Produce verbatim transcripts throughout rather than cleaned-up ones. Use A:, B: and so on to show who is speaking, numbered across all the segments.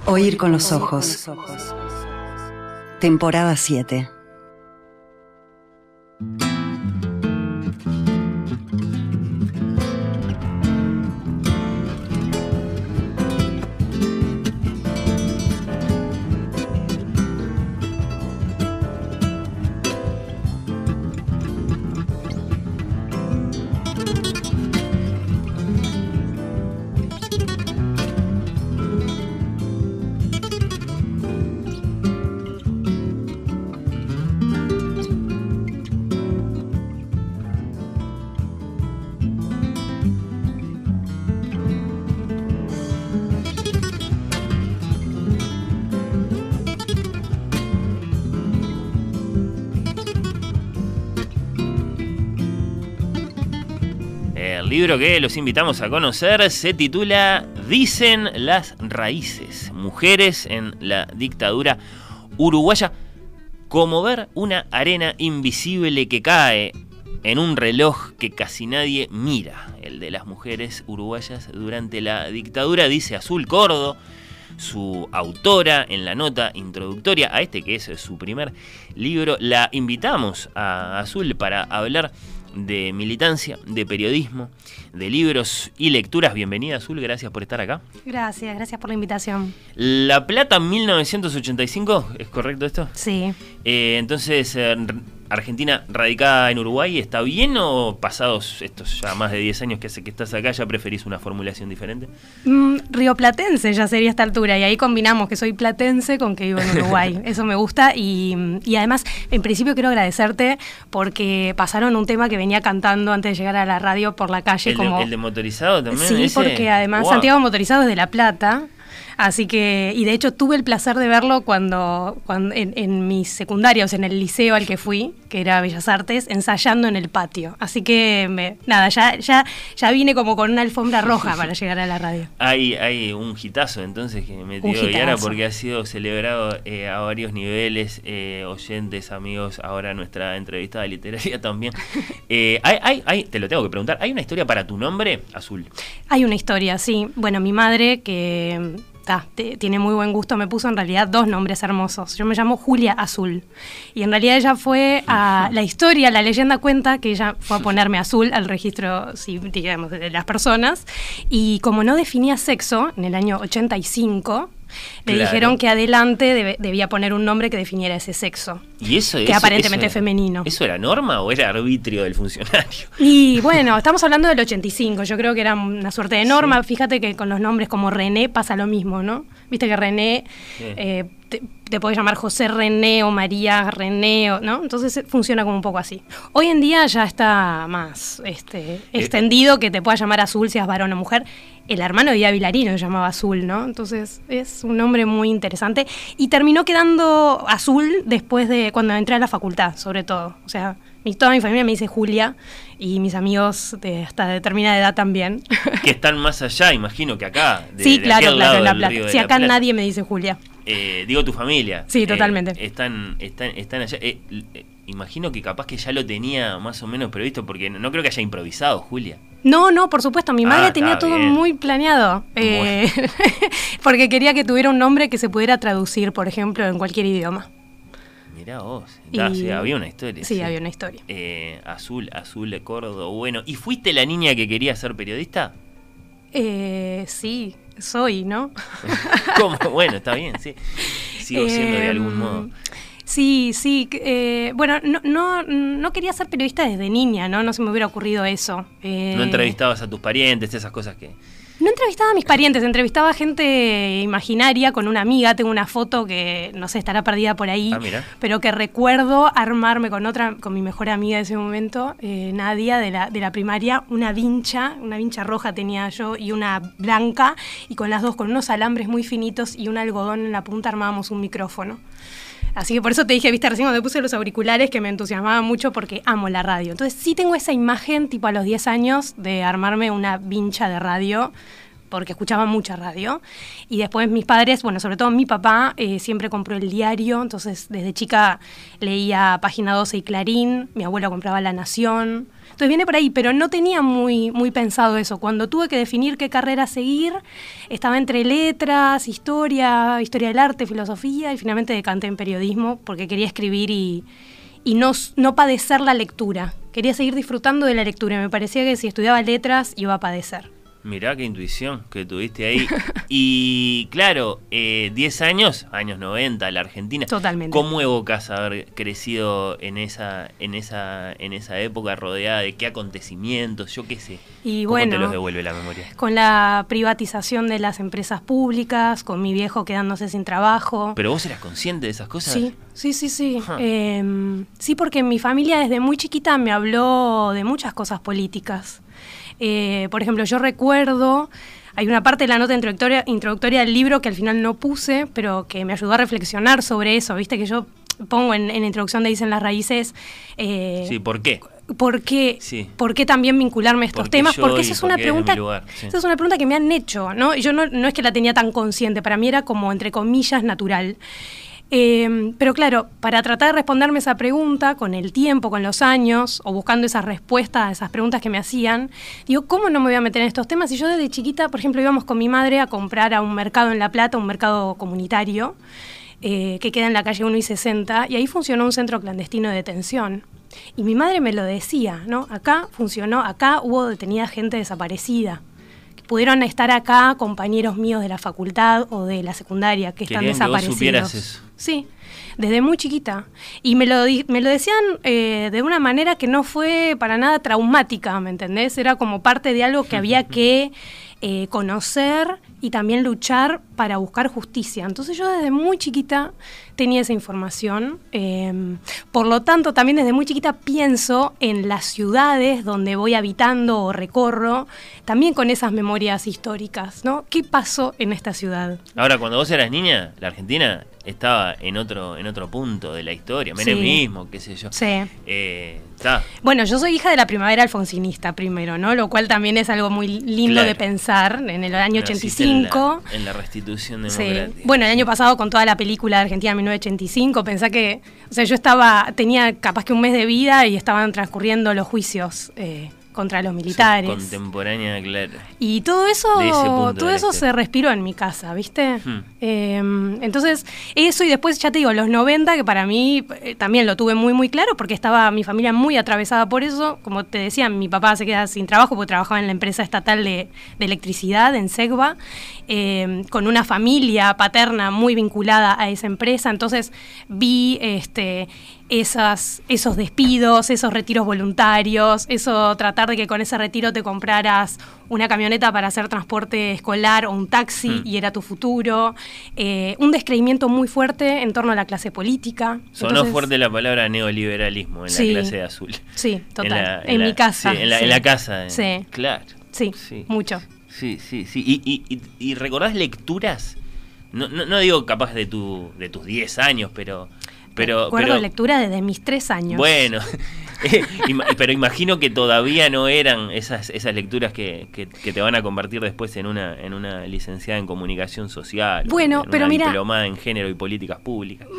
A: Oír con los ojos. Temporada siete.
B: El libro que los invitamos a conocer se titula Dicen las raíces, mujeres en la dictadura uruguaya, como ver una arena invisible que cae en un reloj que casi nadie mira, el de las mujeres uruguayas durante la dictadura, dice Azul Cordo, su autora, en la nota introductoria a este que es su primer libro. La invitamos a Azul para hablar de militancia, de periodismo, de libros y lecturas. Bienvenida, Azul, gracias por estar acá.
C: Gracias, gracias por la invitación.
B: La Plata, mil novecientos ochenta y cinco, ¿es correcto esto?
C: Sí.
B: Eh, entonces, eh, Argentina radicada en Uruguay, ¿está bien o pasados estos ya más de diez años que hace que estás acá, ya preferís una formulación diferente?
C: Mm, rioplatense ya sería a esta altura, y ahí combinamos que soy platense con que vivo en Uruguay. Eso me gusta y, y además, en principio quiero agradecerte porque pasaron un tema que venía cantando antes de llegar a la radio por la calle.
B: ¿El,
C: como...
B: de, el de motorizado también?
C: Sí,
B: ese...
C: porque además
B: wow.
C: Santiago Motorizado es de La Plata. Así que, y de hecho tuve el placer de verlo cuando, cuando en, en mis secundarios, en el liceo al que fui, que era Bellas Artes, ensayando en el patio. Así que, me, nada, ya, ya, ya vine como con una alfombra roja para llegar a la radio.
B: Hay, hay un hitazo entonces que metió Yara porque ha sido celebrado eh, a varios niveles, eh, oyentes, amigos, ahora nuestra entrevistada literaria también. Eh, hay, hay, hay, te lo tengo que preguntar, ¿hay una historia para tu nombre, Azul?
C: Hay una historia, sí. Bueno, mi madre, que... Ah, te, tiene muy buen gusto, me puso en realidad dos nombres hermosos. Yo me llamo Julia Azul. Y en realidad ella fue a la historia, la leyenda cuenta que ella fue a ponerme Azul al registro, sí, digamos, de las personas. Y como no definía sexo, en el año ochenta y cinco... le
B: claro.
C: dijeron que adelante debe, debía poner un nombre que definiera ese sexo.
B: ¿Y eso,
C: que
B: eso,
C: aparentemente
B: eso,
C: es femenino.
B: ¿Eso era norma o era arbitrio del funcionario?
C: Y bueno, estamos hablando del ochenta y cinco, yo creo que era una suerte de norma. Sí. Fíjate que con los nombres como René pasa lo mismo, ¿no? Viste que René, sí. eh, te, te podés llamar José René o María René, o, ¿no? Entonces funciona como un poco así. Hoy en día ya está más este, eh. extendido que te puedas llamar Azul, seas varón o mujer. El hermano de Díaz Vilarino se llamaba Azul, ¿no? Entonces es un nombre muy interesante. Y terminó quedando Azul después de cuando entré a la facultad, sobre todo. O sea, mi, toda mi familia me dice Julia y mis amigos de hasta determinada edad también.
B: Que están más allá, imagino, que acá. De,
C: sí,
B: de
C: claro, claro, en La
B: Plata.
C: Si acá Plata. Nadie me dice Julia.
B: Eh, digo tu familia.
C: Sí, totalmente.
B: Eh, están, están, están allá. Eh, eh, imagino que capaz que ya lo tenía más o menos previsto, porque no, no creo que haya improvisado, Julia.
C: No, no, por supuesto, mi madre ah, tenía todo
B: bien.
C: muy planeado, eh, bueno. porque quería que tuviera un nombre que se pudiera traducir, por ejemplo, en cualquier idioma.
B: Mirá vos, da,
C: y,
B: sí, había una historia.
C: Sí, sí. había una historia.
B: Eh, azul, Azul de Córdoba, bueno. ¿Y fuiste la niña que quería ser periodista?
C: Eh, sí, soy, ¿no?
B: ¿Cómo? Bueno, está bien, sí. Sigo siendo eh, de algún modo.
C: Sí, sí. Eh, bueno, no, no, no quería ser periodista desde niña, ¿no? No se me hubiera ocurrido eso. Eh,
B: ¿No entrevistabas a tus parientes, esas cosas que...?
C: No entrevistaba a mis parientes, entrevistaba a gente imaginaria con una amiga. Tengo una foto que, no sé, estará perdida por ahí,
B: ah, mira.
C: pero que recuerdo armarme con otra, con mi mejor amiga de ese momento, eh, Nadia, de la, de la primaria, una vincha, una vincha roja tenía yo y una blanca, y con las dos, con unos alambres muy finitos y un algodón en la punta, armábamos un micrófono. Así que por eso te dije, viste, recién cuando me puse los auriculares, que me entusiasmaba mucho porque amo la radio. Entonces sí tengo esa imagen, tipo a los diez años, de armarme una vincha de radio porque escuchaba mucha radio. Y después mis padres, bueno, sobre todo mi papá, eh, siempre compró el diario, entonces desde chica leía Página doce y Clarín, mi abuelo compraba La Nación. Entonces viene por ahí, pero no tenía muy, muy pensado eso. Cuando tuve que definir qué carrera seguir, estaba entre letras, historia, historia del arte, filosofía, y finalmente decanté en periodismo porque quería escribir y, y no, no padecer la lectura. Quería seguir disfrutando de la lectura. Me parecía que si estudiaba letras iba a padecer.
B: Mirá qué intuición que tuviste ahí. Y claro, eh, diez años, años noventa, la Argentina.
C: Totalmente.
B: ¿Cómo evocas haber crecido en esa, en esa, en esa época rodeada de qué acontecimientos? Yo qué sé.
C: Y
B: ¿Cómo
C: bueno,
B: te los devuelve la memoria?
C: Con la privatización de las empresas públicas, con mi viejo quedándose sin trabajo.
B: ¿Pero vos eras consciente de esas cosas?
C: Sí, sí, sí, sí.
B: Huh.
C: Eh, sí, porque mi familia desde muy chiquita me habló de muchas cosas políticas. Eh, por ejemplo, yo recuerdo, hay una parte de la nota introductoria, introductoria del libro que al final no puse, pero que me ayudó a reflexionar sobre eso. Viste que yo pongo en, en la introducción de Dicen las Raíces... Eh,
B: sí, ¿por qué?
C: ¿Por qué,
B: sí.
C: ¿Por qué también vincularme a estos
B: ¿Por
C: temas?
B: yo
C: Porque esa es una
B: es
C: pregunta,
B: sí.
C: esa es una pregunta que me han hecho, ¿no? Y yo no, no es que la tenía tan consciente, para mí era como, entre comillas, natural. Eh, pero claro, para tratar de responderme esa pregunta con el tiempo, con los años, o buscando esas respuestas a esas preguntas que me hacían, digo, ¿cómo no me voy a meter en estos temas? Si yo desde chiquita, por ejemplo, íbamos con mi madre a comprar a un mercado en La Plata, un mercado comunitario, eh, que queda en la calle uno y sesenta, y ahí funcionó un centro clandestino de detención. Y mi madre me lo decía, ¿no? Acá funcionó, acá hubo detenida gente desaparecida. Pudieron estar acá compañeros míos de la facultad o de la secundaria que están
B: Querían
C: desaparecidos.
B: Que vos supieras eso.
C: Sí, desde muy chiquita. Y me lo, di, me lo decían eh, de una manera que no fue para nada traumática, ¿me entendés? Era como parte de algo que había que eh, conocer y también luchar para buscar justicia. Entonces yo desde muy chiquita tenía esa información. Eh, por lo tanto, también desde muy chiquita pienso en las ciudades donde voy habitando o recorro, también con esas memorias históricas, ¿no? ¿Qué pasó en esta ciudad?
B: Ahora, cuando vos eras niña, la Argentina estaba en otro en otro punto de la historia, menemismo, sí. qué sé yo.
C: Sí.
B: Eh,
C: bueno, yo soy hija de la primavera alfonsinista primero, ¿no? Lo cual también es algo muy lindo
B: claro.
C: de pensar en el año ochenta y cinco.
B: En la, en la restitución democrática.
C: Sí. Bueno, el año pasado con toda la película de Argentina en mil novecientos ochenta y cinco, pensá que, o sea, yo estaba, tenía capaz que un mes de vida y estaban transcurriendo los juicios eh, contra los militares.
B: Sos contemporánea, claro.
C: Y todo eso, todo eso se respiró en mi casa, ¿viste? Hmm. Eh, entonces, eso y después, ya te digo, los noventa, que para mí eh, también lo tuve muy, muy claro, porque estaba mi familia muy atravesada por eso. Como te decía, mi papá se queda sin trabajo porque trabajaba en la empresa estatal de, de electricidad, en SEGBA, eh, con una familia paterna muy vinculada a esa empresa. Entonces, vi este... Esas, esos despidos, esos retiros voluntarios, eso tratar de que con ese retiro te compraras una camioneta para hacer transporte escolar o un taxi mm. y era tu futuro, eh, un descreimiento muy fuerte en torno a la clase política.
B: Sonó
C: Entonces, fuerte
B: la palabra neoliberalismo en
C: sí,
B: la clase azul.
C: Sí, total, en,
B: la, en,
C: en
B: la,
C: mi casa.
B: Sí, en, la,
C: sí.
B: en la casa. En,
C: sí.
B: Claro.
C: Sí, sí, mucho.
B: Sí, sí, sí. ¿Y, y, y, y recordás lecturas? No, no, no digo capaz de, tu, de tus diez años, pero... Pero,
C: Recuerdo
B: pero,
C: lectura desde mis tres años.
B: Bueno, pero imagino que todavía no eran esas esas lecturas que, que, que te van a convertir después en una en una licenciada en comunicación social.
C: Bueno,
B: en
C: pero
B: una
C: mira,
B: diplomada en género y políticas públicas.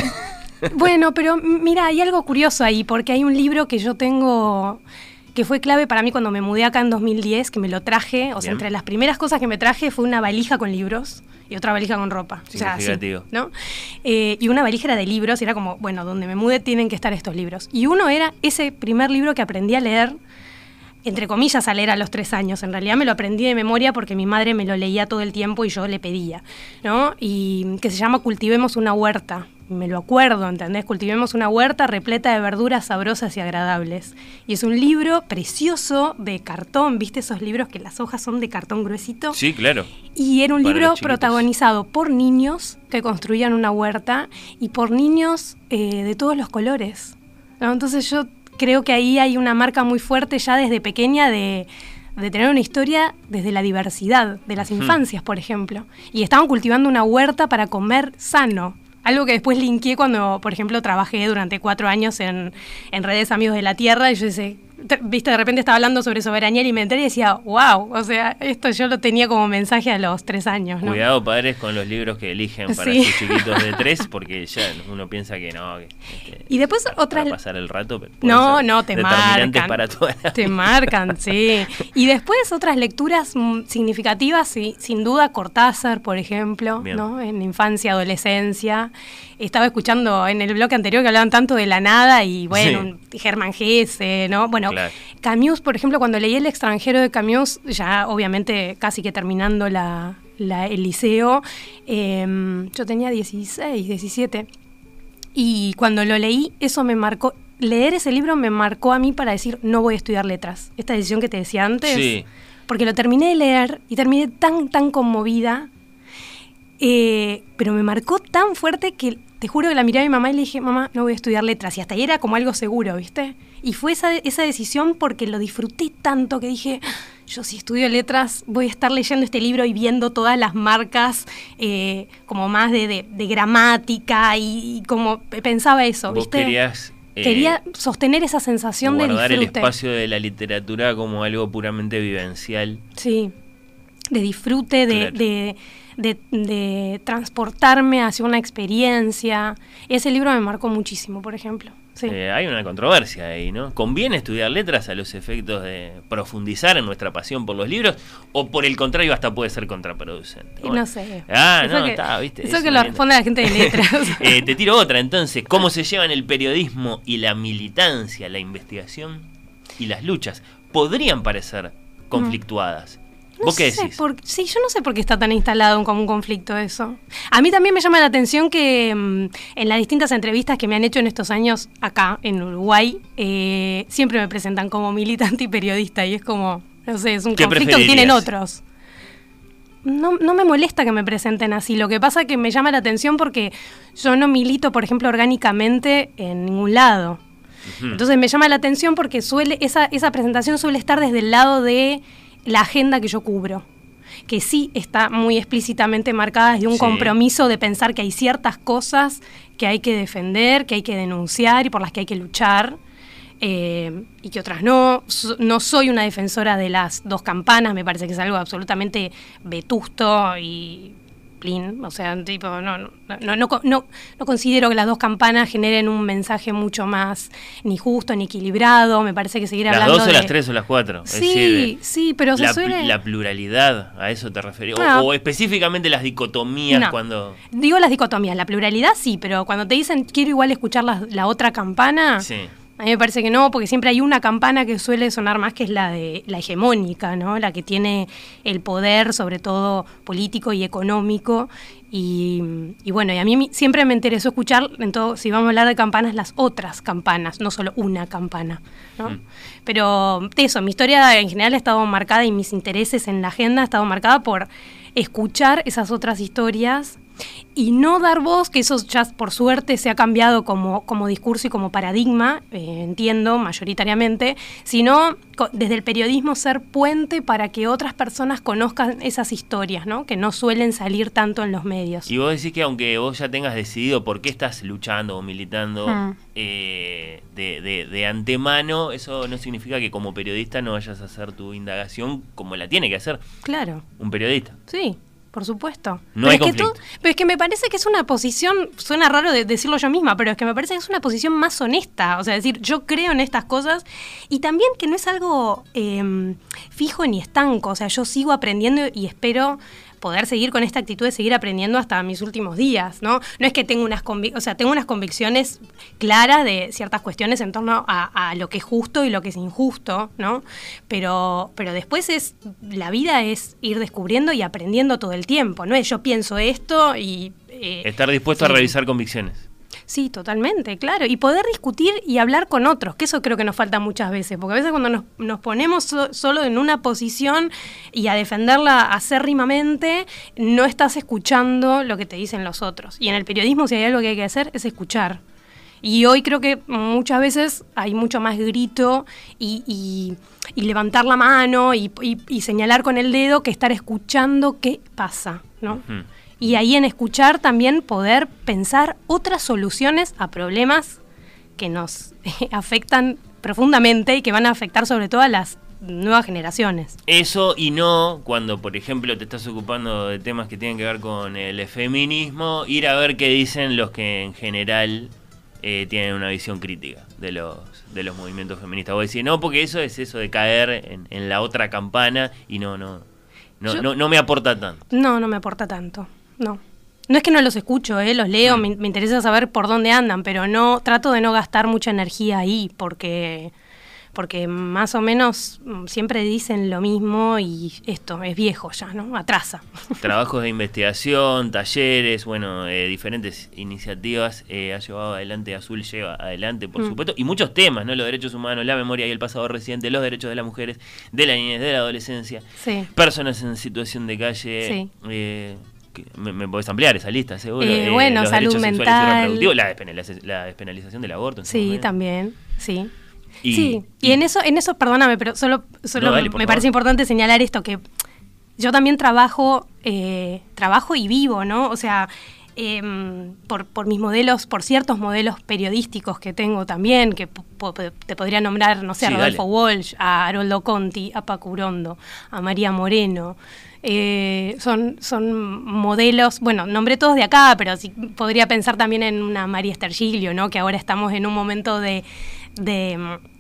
C: Bueno, pero mira, hay algo curioso ahí, porque hay un libro que yo tengo que fue clave para mí cuando me mudé acá en dos mil diez, que me lo traje, o sea, Bien. entre las primeras cosas que me traje fue una valija con libros y otra valija con ropa. O sea, sí, ¿no? Eh, y una valija era de libros y era como, bueno, donde me mude tienen que estar estos libros. Y uno era ese primer libro que aprendí a leer, entre comillas, a leer a los tres años. En realidad me lo aprendí de memoria porque mi madre me lo leía todo el tiempo y yo le pedía, ¿no? Y que se llama Cultivemos una huerta. Me lo acuerdo, ¿entendés? Cultivemos una huerta repleta de verduras sabrosas y agradables. Y es un libro precioso de cartón, ¿viste esos libros que las hojas son de cartón gruesito?
B: Sí, claro.
C: Y era un Para libro protagonizado por niños que construían una huerta y por niños eh, de todos los colores, ¿no? Entonces yo creo que ahí hay una marca muy fuerte ya desde pequeña de... de tener una historia desde la diversidad de las infancias, por ejemplo. Y estaban cultivando una huerta para comer sano. Algo que después linkeé cuando, por ejemplo, trabajé durante cuatro años en, en Redes Amigos de la Tierra y yo dije, te- viste, de repente estaba hablando sobre soberanía alimentaria y decía, wow, o sea, esto yo lo tenía como mensaje a los tres años, ¿no?
B: Cuidado, padres, con los libros que eligen para
C: Sí.
B: sus chiquitos de tres, porque ya uno piensa que no, que, que
C: Y después
B: para,
C: otras-
B: para pasar el rato, pero pueden
C: No,
B: ser
C: no, te
B: determinantes
C: marcan.
B: para toda la
C: Te
B: vida.
C: marcan, sí. Y después otras lecturas mm, significativas, sí, sin duda Cortázar, por ejemplo,
B: Bien.
C: ¿no? En infancia, adolescencia. Estaba escuchando en el bloque anterior que hablaban tanto de la nada y bueno, Germán Gese, ¿no? Bueno,
B: Claro.
C: Camus, por ejemplo, cuando leí El extranjero de Camus, ya obviamente casi que terminando la, la- el liceo, eh, yo tenía dieciséis, diecisiete. Y cuando lo leí, eso me marcó. Leer ese libro me marcó a mí para decir, no voy a estudiar letras. Esta decisión que te decía antes.
B: Sí.
C: Porque lo terminé de leer y terminé tan, tan conmovida. eh, pero me marcó tan fuerte que te juro que la miré a mi mamá y le dije, mamá, no voy a estudiar letras. Y hasta ahí era como algo seguro, ¿viste? Y fue esa, esa decisión porque lo disfruté tanto que dije, yo si estudio letras voy a estar leyendo este libro y viendo todas las marcas eh, como más de, de, de gramática y, y como pensaba eso,
B: Vos
C: ¿viste?
B: querías eh,
C: Quería sostener esa sensación de
B: guardar el
C: disfrute.
B: espacio de la literatura como algo puramente vivencial.
C: Sí, de disfrute, de,
B: Claro.
C: de, de, de transportarme hacia una experiencia. Ese libro me marcó muchísimo, por ejemplo. Sí.
B: Eh, hay una controversia ahí, ¿no? ¿Conviene estudiar letras a los efectos de profundizar en nuestra pasión por los libros? ¿O por el contrario hasta puede ser contraproducente?
C: Y no sé.
B: Ah,
C: Eso
B: no,
C: que-
B: está, viste.
C: Eso
B: es
C: que
B: una
C: lo
B: lenta.
C: responde la gente de letras.
B: Eh, te tiro otra, entonces. ¿Cómo se llevan el periodismo y la militancia, la investigación y las luchas? Podrían parecer conflictuadas.
C: No
B: ¿Vos qué
C: sé
B: decís?
C: por- sí, yo no sé por qué está tan instalado como un conflicto eso. A mí también me llama la atención que mm, en las distintas entrevistas que me han hecho en estos años acá, en Uruguay, eh, siempre me presentan como militante y periodista y es como, no sé, es un
B: ¿Qué
C: conflicto que tienen
B: preferirías?
C: otros. No, no me molesta que me presenten así. Lo que pasa es que me llama la atención porque yo no milito, por ejemplo, orgánicamente en ningún lado.
B: Ujú.
C: Entonces me llama la atención porque suele esa, esa presentación suele estar desde el lado de la agenda que yo cubro, que sí está muy explícitamente marcada desde un
B: Sí.
C: compromiso de pensar que hay ciertas cosas que hay que defender, que hay que denunciar y por las que hay que luchar, eh, y que otras no. So- no soy una defensora de las dos campanas, me parece que es algo absolutamente vetusto y plin, o sea, tipo, no, no, no, no, no, no considero que las dos campanas generen un mensaje mucho más ni justo ni equilibrado. Me parece que seguir
B: ¿Las
C: hablando
B: dos o
C: de...
B: las tres o las cuatro? Es
C: Sí,
B: decir,
C: sí, pero se
B: la,
C: suele...
B: la pluralidad, ¿a eso te referís? O-
C: No.
B: O, específicamente las dicotomías
C: No.
B: cuando...
C: Digo las dicotomías, la pluralidad sí, pero cuando te dicen quiero igual escuchar la, la otra campana,
B: Sí.
C: a mí me parece que no, porque siempre hay una campana que suele sonar más, que es la de la hegemónica, ¿no? La que tiene el poder, sobre todo político y económico. Y, y bueno, y a mí mi- siempre me interesó escuchar, en todo, si vamos a hablar de campanas, las otras campanas, no solo una campana, ¿no?
B: Mm.
C: Pero eso, mi historia en general ha estado marcada y mis intereses en la agenda ha estado marcada por escuchar esas otras historias y no dar voz, que eso ya por suerte se ha cambiado como, como discurso y como paradigma, eh, entiendo, mayoritariamente, sino co- desde el periodismo ser puente para que otras personas conozcan esas historias, ¿no? Que no suelen salir tanto en los medios.
B: Y vos decís que aunque vos ya tengas decidido por qué estás luchando o militando
C: Mm.
B: eh, de, de- de antemano, eso no significa que como periodista no vayas a hacer tu indagación como la tiene que hacer
C: Claro,
B: un periodista.
C: sí. Por supuesto.
B: No
C: pero
B: hay
C: es que tú-
B: conflicto.
C: pero es que me parece que es una posición, suena raro de decirlo yo misma, pero es que me parece que es una posición más honesta. O sea, decir, yo creo en estas cosas y también que no es algo eh, fijo ni estanco. O sea, yo sigo aprendiendo y espero poder seguir con esta actitud de seguir aprendiendo hasta mis últimos días, ¿no? No es que tengo unas convic- o sea, tengo unas convicciones claras de ciertas cuestiones en torno a, a lo que es justo y lo que es injusto, ¿no? Pero, pero después es, la vida es ir descubriendo y aprendiendo todo el tiempo, ¿no? Es yo pienso esto y... eh,
B: Estar dispuesto a
C: sí.
B: revisar convicciones.
C: Sí, totalmente, claro. Y poder discutir y hablar con otros, que eso creo que nos falta muchas veces, porque a veces cuando nos, nos ponemos so- solo en una posición y a defenderla acérrimamente, no estás escuchando lo que te dicen los otros. Y en el periodismo, si hay algo que hay que hacer, es escuchar. Y hoy creo que muchas veces hay mucho más grito y, y- y levantar la mano y, y- y señalar con el dedo que estar escuchando qué pasa, ¿no?
B: Ujú.
C: Y ahí en escuchar también poder pensar otras soluciones a problemas que nos afectan profundamente y que van a afectar sobre todo a las nuevas generaciones.
B: Eso, y no cuando, por ejemplo, te estás ocupando de temas que tienen que ver con el feminismo, ir a ver qué dicen los que en general eh, tienen una visión crítica de los de los movimientos feministas. Vos decís, no, porque eso es eso de caer en, en la otra campana y no, no, no,
C: Yo,
B: no, no me aporta tanto.
C: No, no me aporta tanto, no. No es que no los escucho, eh, los leo, mm. me, me interesa saber por dónde andan, pero no trato de no gastar mucha energía ahí, porque... porque más o menos siempre dicen lo mismo y esto es viejo ya, ¿no? Atrasa.
B: Trabajos de investigación, talleres, bueno, eh, diferentes iniciativas eh, ha llevado adelante, Azul lleva adelante, por mm. supuesto, y muchos temas, ¿no? Los derechos humanos, la memoria y el pasado reciente, los derechos de las mujeres, de la niñez, de la adolescencia,
C: sí.
B: personas en situación de calle,
C: sí.
B: eh, Me, me podés ampliar esa lista, seguro.
C: Eh,
B: eh,
C: bueno,
B: los
C: salud
B: derechos
C: mental.
B: sexuales y reproductivos, la, despenaliz la despenalización del aborto.
C: Sí, también, sí.
B: Y,
C: sí, y,
B: y
C: en eso, en eso, perdóname, pero solo, solo
B: no, dale,
C: me
B: favor.
C: parece importante señalar esto, que yo también trabajo, eh, trabajo y vivo, ¿no? O sea, eh, por, por mis modelos, por ciertos modelos periodísticos que tengo también, que te podría nombrar, no sé, a
B: sí,
C: Rodolfo
B: dale.
C: Walsh, a Haroldo Conti, a Paco Urondo, a María Moreno. Eh, son, son modelos, bueno, nombré todos de acá, pero sí podría pensar también en una María Stergiglio, ¿no? Que ahora estamos en un momento de, de,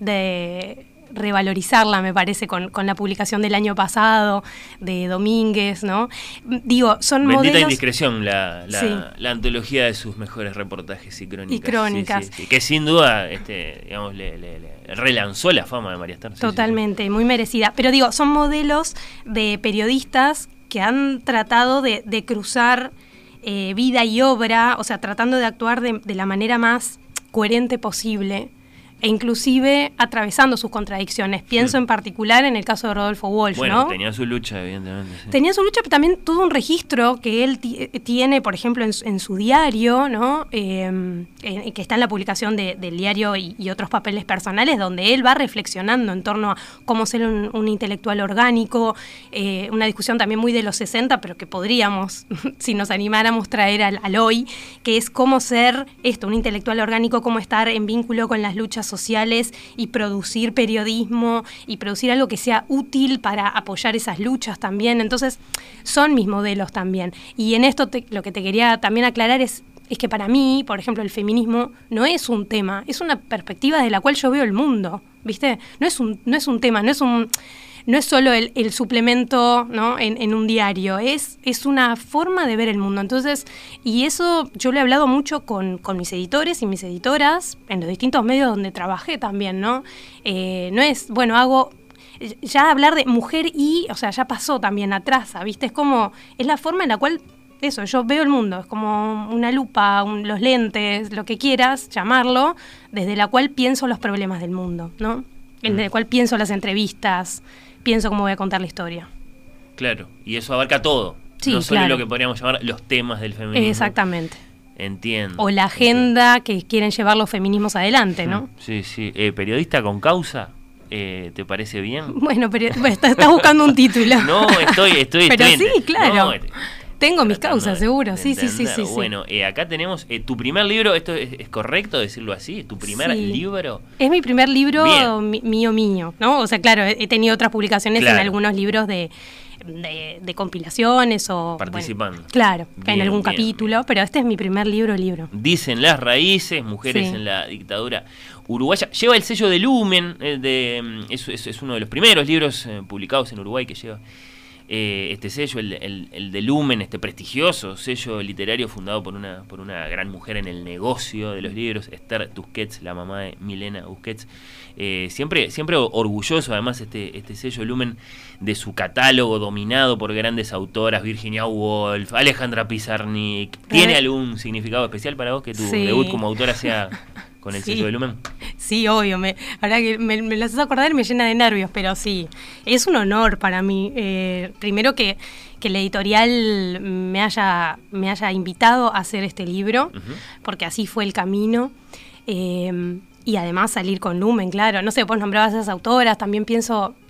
C: de revalorizarla, me parece, con, con la publicación del año pasado de Domínguez, ¿no? Digo, son
B: Bendita
C: modelos...
B: Indiscreción, la, la,
C: sí.
B: la antología de sus mejores reportajes y crónicas.
C: Y crónicas.
B: Sí, sí, sí. Que sin duda, este, digamos, le, le, le relanzó la fama de María Ester. Sí,
C: Totalmente,
B: sí, sí.
C: muy merecida. Pero digo, son modelos de periodistas que han tratado de, de cruzar eh, vida y obra, o sea, tratando de actuar de, de la manera más coherente posible, e inclusive atravesando sus contradicciones. Pienso mm. en particular en el caso de Rodolfo Walsh,
B: bueno,
C: ¿no?
B: tenía su lucha, evidentemente. Sí.
C: Tenía su lucha, pero también todo un registro que él tiene, por ejemplo, en, en su diario, ¿no? Eh, en, que está en la publicación de, del diario y, y otros papeles personales, donde él va reflexionando en torno a cómo ser un, un intelectual orgánico, eh, una discusión también muy de los sesenta, pero que podríamos, si nos animáramos, traer al, al hoy, que es cómo ser esto, un intelectual orgánico, cómo estar en vínculo con las luchas sociales y producir periodismo y producir algo que sea útil para apoyar esas luchas también. Entonces, son mis modelos también. Y en esto te, lo que te quería también aclarar es, es que para mí, por ejemplo, el feminismo no es un tema, es una perspectiva desde la cual yo veo el mundo, ¿viste? No es un, no es un tema, no es un... No es solo el, el suplemento, ¿no? en, en un diario, es, es una forma de ver el mundo. Entonces, y eso yo lo he hablado mucho con, con mis editores y mis editoras en los distintos medios donde trabajé también, ¿no? Eh, no es, bueno, hago... Ya hablar de mujer y, o sea, ya pasó también atrás, ¿viste? Es como, es la forma en la cual, eso, yo veo el mundo, es como una lupa, un, los lentes, lo que quieras llamarlo, desde la cual pienso los problemas del mundo, ¿no? Desde la cual pienso las entrevistas, pienso cómo voy a contar la historia.
B: Claro, y eso abarca todo.
C: Sí,
B: no solo
C: claro.
B: lo que podríamos llamar los temas del feminismo.
C: Exactamente.
B: Entiendo.
C: O la agenda entiendo. Que quieren llevar los feminismos adelante, ¿no?
B: Sí, sí. Eh, ¿Periodista con causa? Eh, ¿Te parece bien?
C: Bueno, pero estás está buscando un título.
B: No, estoy, estoy,
C: pero
B: estoy
C: sí, claro.
B: No,
C: Tengo mis causas, seguro. Sí, sí, sí, sí.
B: Bueno, eh, acá tenemos eh, tu primer libro, ¿esto es, es correcto decirlo así? ¿Tu primer
C: sí.
B: libro?
C: Es mi primer libro mi, mío, mío, ¿no? O sea, claro, he tenido otras publicaciones claro. en algunos libros de, de, de compilaciones o...
B: Participando.
C: Bueno, claro,
B: bien,
C: en algún
B: bien,
C: capítulo,
B: bien.
C: pero este es mi primer libro, libro.
B: Dicen las raíces, mujeres sí. en la dictadura uruguaya. Lleva el sello de Lumen, eh, de, es, es, es uno de los primeros libros eh, publicados en Uruguay que lleva... Eh, este sello, el, el, el de Lumen, este prestigioso sello literario fundado por una, por una gran mujer en el negocio de los libros, Esther Tusquets, la mamá de Milena Busquets. Eh, siempre, siempre orgulloso, además, este, este sello Lumen de su catálogo dominado por grandes autoras, Virginia Woolf, Alejandra Pizarnik. ¿Tiene ¿Eh? algún significado especial para vos que tu sí. debut como autora sea con el sí. sello de Lumen?
C: Sí, obvio. Me, ahora que me, me lo haces acordar me llena de nervios, pero sí, es un honor para mí. Eh, primero que, que la editorial me haya, me haya invitado a hacer este libro, uh-huh. porque así fue el camino. Eh, y además salir con Lumen, claro. No sé, vos nombrabas a esas autoras, también pienso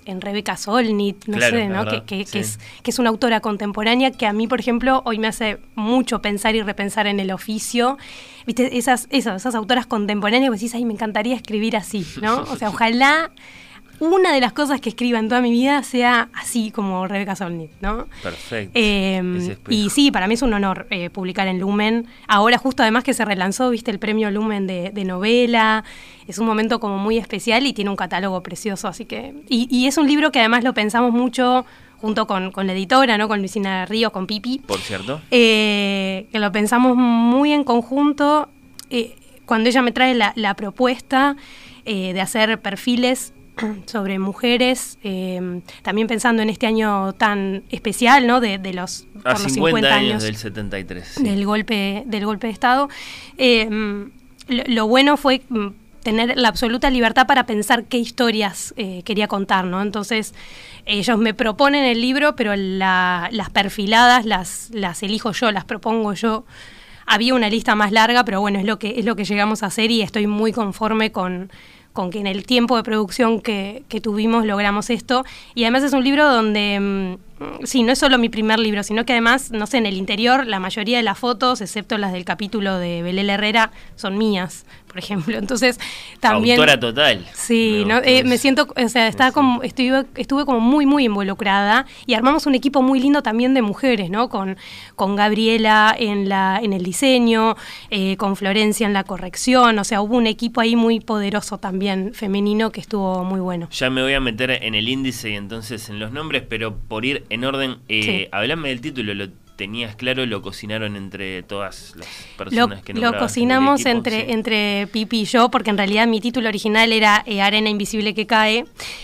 C: en Rebecca Solnit, no
B: claro,
C: sé, ¿no?
B: Verdad,
C: Que, que,
B: sí.
C: que, es, que es una autora contemporánea que a mí, por ejemplo, hoy me hace mucho pensar y repensar en el oficio. ¿Viste? Esas, esas, esas autoras contemporáneas que decís, ay, me encantaría escribir así, ¿no? O sea, ojalá una de las cosas que escriba en toda mi vida sea así como Rebecca Solnit, ¿no?
B: Perfecto.
C: Eh, y sí, para mí es un honor eh, publicar en Lumen. Ahora justo además que se relanzó, viste, el premio Lumen de, de novela. Es un momento como muy especial y tiene un catálogo precioso, así que... Y, y es un libro que además lo pensamos mucho junto con, con la editora, ¿no? Con Luisina Ríos, con Pipi.
B: Por cierto.
C: Eh, que lo pensamos muy en conjunto. Eh, cuando ella me trae la, la propuesta eh, de hacer perfiles sobre mujeres, eh, también pensando en este año tan especial, ¿no? De, de los,
B: A
C: por los
B: cincuenta años,
C: años
B: del setenta y tres. Sí.
C: Del golpe, del golpe de Estado. Eh, lo, lo bueno fue tener la absoluta libertad para pensar qué historias eh, quería contar, ¿no? Entonces, ellos me proponen el libro, pero la, las perfiladas las, las elijo yo, las propongo yo. Había una lista más larga, pero bueno, es lo que, es lo que llegamos a hacer y estoy muy conforme con... con que en el tiempo de producción que, que tuvimos logramos esto. Y además es un libro donde, mmm, sí, no es solo mi primer libro, sino que además, no sé, en el interior la mayoría de las fotos, excepto las del capítulo de Belén Herrera, son mías, por ejemplo. Entonces, también...
B: Autora total.
C: Sí,
B: me,
C: ¿no? eh, me siento, o sea, está
B: sí.
C: como, estuve, estuve como muy, muy involucrada y armamos un equipo muy lindo también de mujeres, ¿no? Con, con Gabriela en, la, en el diseño, eh, con Florencia en la corrección, o sea, hubo un equipo ahí muy poderoso también femenino que estuvo muy bueno.
B: Ya me voy a meter en el índice y entonces en los nombres, pero por ir en orden, eh, sí. Hablame del título, ¿lo tenías claro? ¿Lo cocinaron entre todas las personas
C: lo,
B: que nombrabas?
C: Lo cocinamos
B: equipo,
C: entre,
B: sí.
C: entre Pipi y yo, porque en realidad mi título original era eh, Arena Invisible que Cae,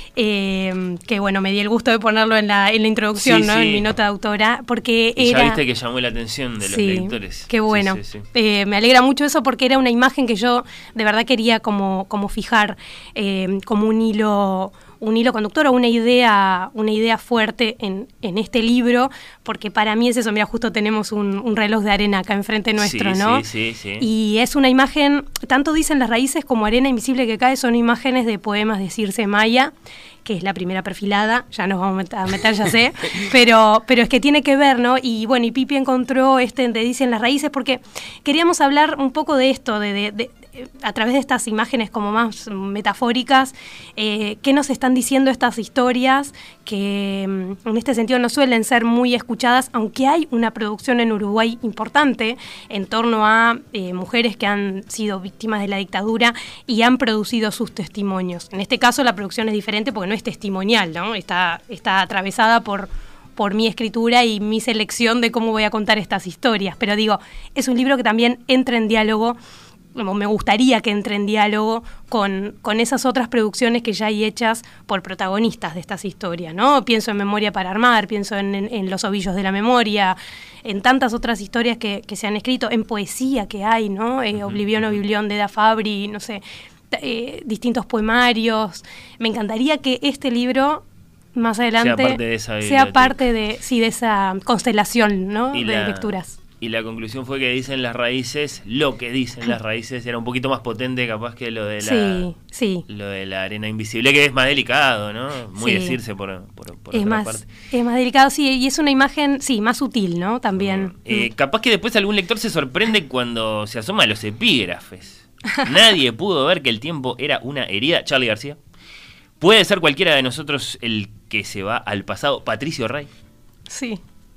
C: eh, que bueno, me di el gusto de ponerlo en la, en la introducción, sí, ¿no? Sí. En mi nota de autora, porque
B: y
C: era...
B: ya viste que llamó la atención de los
C: sí,
B: lectores.
C: Qué bueno.
B: Sí, sí, sí.
C: Eh, me alegra mucho eso porque era una imagen que yo de verdad quería como, como fijar, eh, como un hilo... un hilo conductor o una idea, una idea fuerte en, en este libro, porque para mí es eso, mira, justo tenemos un, un reloj de arena acá enfrente nuestro,
B: sí,
C: ¿no?
B: Sí, sí, sí.
C: Y es una imagen, tanto dicen las raíces como Arena Invisible que Cae, son imágenes de poemas de Circe Maya, que es la primera perfilada, ya nos vamos a meter, ya sé, pero, pero es que tiene que ver, ¿no? Y bueno, y Pipi encontró este de Dicen las raíces, porque queríamos hablar un poco de esto, de, de, de a través de estas imágenes como más metafóricas, eh, qué nos están diciendo estas historias que en este sentido no suelen ser muy escuchadas, aunque hay una producción en Uruguay importante en torno a eh, mujeres que han sido víctimas de la dictadura y han producido sus testimonios. En este caso la producción es diferente porque no es testimonial, ¿no? Está, está atravesada por... por mi escritura y mi selección de cómo voy a contar estas historias. Pero digo, es un libro que también entra en diálogo, como me gustaría que entre en diálogo con, con esas otras producciones que ya hay hechas por protagonistas de estas historias, ¿no? Pienso en Memoria para Armar, pienso en, en, en Los ovillos de la memoria, en tantas otras historias que, que se han escrito, en poesía que hay, ¿no? Eh, Oblivión o Biblión de Da Fabri, no sé, eh, distintos poemarios. Me encantaría que este libro... más adelante
B: sea parte de esa,
C: sea parte de, sí, de esa constelación, ¿no? de
B: la,
C: lecturas.
B: Y la conclusión fue que Dicen las raíces, lo que dicen las raíces era un poquito más potente capaz que lo de la,
C: sí, sí.
B: lo de la Arena Invisible, que es más delicado, ¿no? Muy
C: sí.
B: decirse por, por, por
C: es
B: otra
C: más,
B: parte.
C: Es más delicado, sí, y es una imagen, sí, más sutil, ¿no? También.
B: Eh, mm. Capaz que después algún lector se sorprende cuando se asoma a los epígrafes. Nadie pudo ver que el tiempo era una herida. Charly García. Puede ser cualquiera de nosotros el que se va al pasado. Patricio Rey.
C: Sí.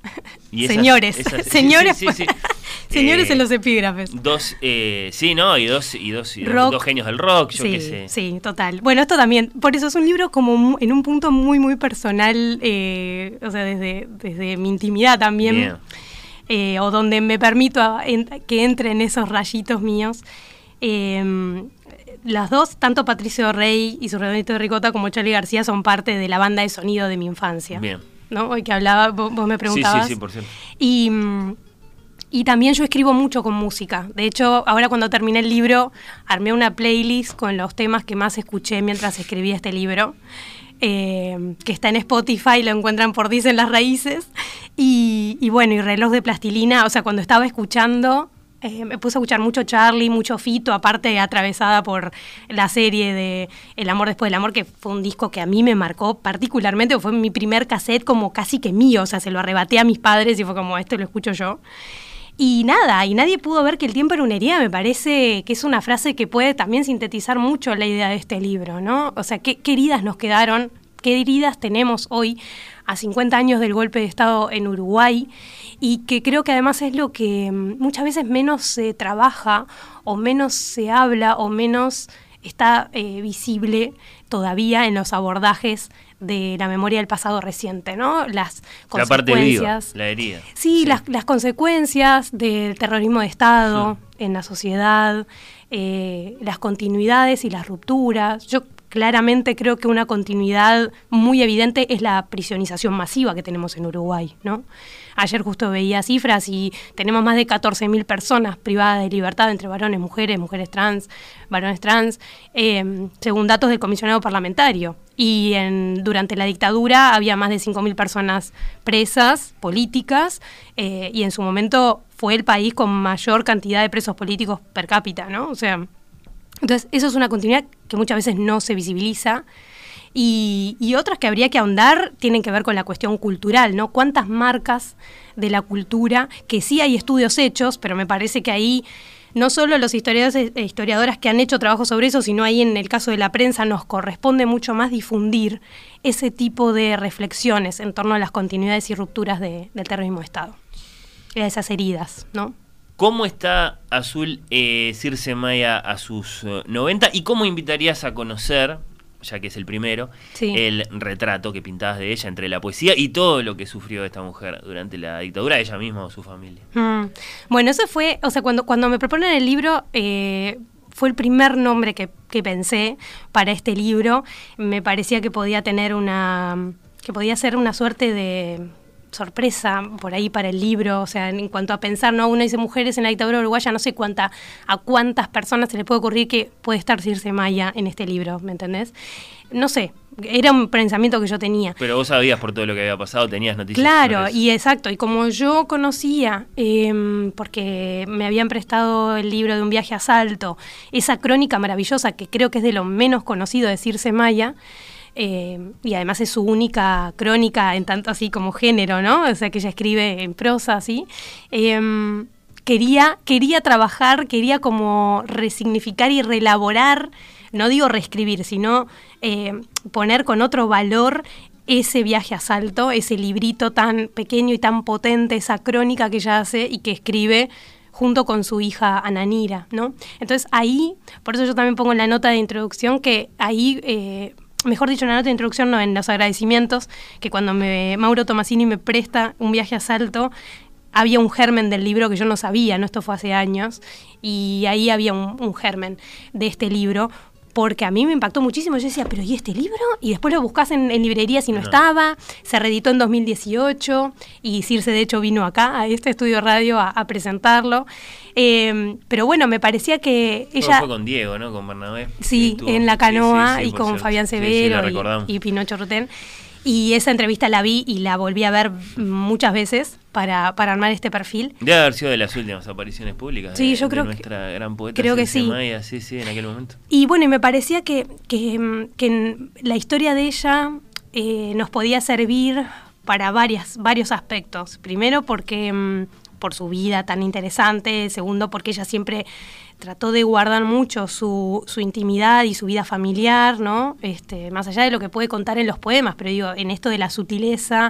B: Y esas,
C: señores.
B: Esas,
C: señores.
B: Sí, sí, sí, sí.
C: Señores
B: eh,
C: en los epígrafes.
B: Dos, eh, sí, ¿no? Y dos, y dos, y
C: rock,
B: dos, dos genios del rock, yo
C: sí,
B: qué sé.
C: Sí, total. Bueno, esto también, por eso es un libro como en un punto muy, muy personal, eh, o sea, desde, desde mi intimidad también, eh, o donde me permito a, en, que entren esos rayitos míos. Eh, las dos, tanto Patricio Rey y su redondito de ricota como Charly García, son parte de la banda de sonido de mi infancia.
B: Bien.
C: ¿No? Hoy que hablaba, vos, vos me preguntabas.
B: Sí, sí, sí, por cierto.
C: Y, y también yo escribo mucho con música. De hecho, ahora cuando terminé el libro, armé una playlist con los temas que más escuché mientras escribía este libro, eh, que está en Spotify, lo encuentran por Dicen las raíces. Y, y bueno, y Reloj de Plastilina, o sea, cuando estaba escuchando... Eh, me puse a escuchar mucho Charlie, mucho Fito, aparte atravesada por la serie de El amor después del amor, que fue un disco que a mí me marcó particularmente, fue mi primer cassette como casi que mío, o sea, se lo arrebaté a mis padres y fue como, esto lo escucho yo. Y nada, y nadie pudo ver que el tiempo era una herida, me parece que es una frase que puede también sintetizar mucho la idea de este libro, ¿no? O sea, qué, qué heridas nos quedaron, qué heridas tenemos hoy a cincuenta años del golpe de Estado en Uruguay, y que creo que además es lo que muchas veces menos se trabaja o menos se habla o menos está eh, visible todavía en los abordajes de la memoria del pasado reciente, ¿no? Las consecuencias.
B: La parte viva, la herida.
C: Sí, sí. Las, las consecuencias del terrorismo de Estado sí. en la sociedad, eh, las continuidades y las rupturas. Yo claramente creo que una continuidad muy evidente es la prisionización masiva que tenemos en Uruguay, ¿no? Ayer justo veía cifras y tenemos más de catorce mil personas privadas de libertad entre varones, mujeres, mujeres trans, varones trans, eh, según datos del comisionado parlamentario. Y en, durante la dictadura había más de cinco mil personas presas políticas eh, y en su momento fue el país con mayor cantidad de presos políticos per cápita, ¿no? O sea, entonces eso es una continuidad que muchas veces no se visibiliza. Y, y otras que habría que ahondar tienen que ver con la cuestión cultural, ¿no? ¿Cuántas marcas de la cultura, que sí hay estudios hechos, pero me parece que ahí no solo los historiadores e historiadoras que han hecho trabajo sobre eso, sino ahí en el caso de la prensa nos corresponde mucho más difundir ese tipo de reflexiones en torno a las continuidades y rupturas de, del terrorismo de Estado, a esas heridas, ¿no?
B: ¿Cómo está Azul eh, Circe Maya a sus uh, noventa y cómo invitarías a conocer, ya que es el primero, sí. el retrato que pintabas de ella entre la poesía y todo lo que sufrió esta mujer durante la dictadura, ella misma o su familia?
C: Mm. Bueno, eso fue, o sea, cuando, cuando me proponen el libro, eh, fue el primer nombre que, que pensé para este libro. Me parecía que podía tener una, que podía ser una suerte de sorpresa por ahí para el libro, o sea, en cuanto a pensar, ¿no? Uno dice mujeres en la dictadura uruguaya, no sé cuánta, a cuántas personas se le puede ocurrir que puede estar Circe Maya en este libro, ¿me entendés? No sé, era un pensamiento que yo tenía.
B: Pero vos sabías por todo lo que había pasado, tenías noticias.
C: Claro, y exacto, y como yo conocía, eh, porque me habían prestado el libro de Un viaje a Salto, esa crónica maravillosa que creo que es de lo menos conocido de Circe Maya, Eh, y además es su única crónica en tanto así como género, ¿no? O sea, que ella escribe en prosa, así. Eh, quería, quería trabajar, quería como resignificar y reelaborar, no digo reescribir, sino eh, poner con otro valor ese viaje a Salto, ese librito tan pequeño y tan potente, esa crónica que ella hace y que escribe junto con su hija Ananira, ¿no? Entonces ahí, por eso yo también pongo en la nota de introducción que ahí... Eh, mejor dicho, en la nota de introducción, no, en los agradecimientos, que cuando me, Mauro Tomasini me presta Un viaje a Salto, había un germen del libro que yo no sabía, ¿no? Esto fue hace años, y ahí había un, un germen de este libro, porque a mí me impactó muchísimo. Yo decía, ¿pero y este libro? Y después lo buscás en, en librerías y no, no estaba. Se reeditó en dos mil dieciocho y Circe, de hecho, vino acá, a este estudio radio, a, a presentarlo. Eh, pero bueno, me parecía que ella...
B: Todo fue con Diego, ¿no? Con Bernabé.
C: Sí, estuvo en La Canoa, sí, sí, sí, y con
B: cierto.
C: Fabián Severo
B: sí, sí,
C: y, y Pinocho Rotén. Y esa entrevista la vi y la volví a ver muchas veces para, para armar este perfil.
B: Debe haber sido de las últimas apariciones públicas
C: sí,
B: de,
C: yo
B: de
C: creo
B: nuestra
C: que,
B: gran poeta
C: creo que
B: Circe
C: sí.
B: Maya, sí, sí, en aquel momento.
C: Y bueno, y me parecía que, que, que la historia de ella eh, nos podía servir para varias, varios aspectos. Primero porque por su vida tan interesante, segundo porque ella siempre trató de guardar mucho su, su intimidad y su vida familiar, ¿no? Este, más allá de lo que puede contar en los poemas, pero digo, en esto de la sutileza,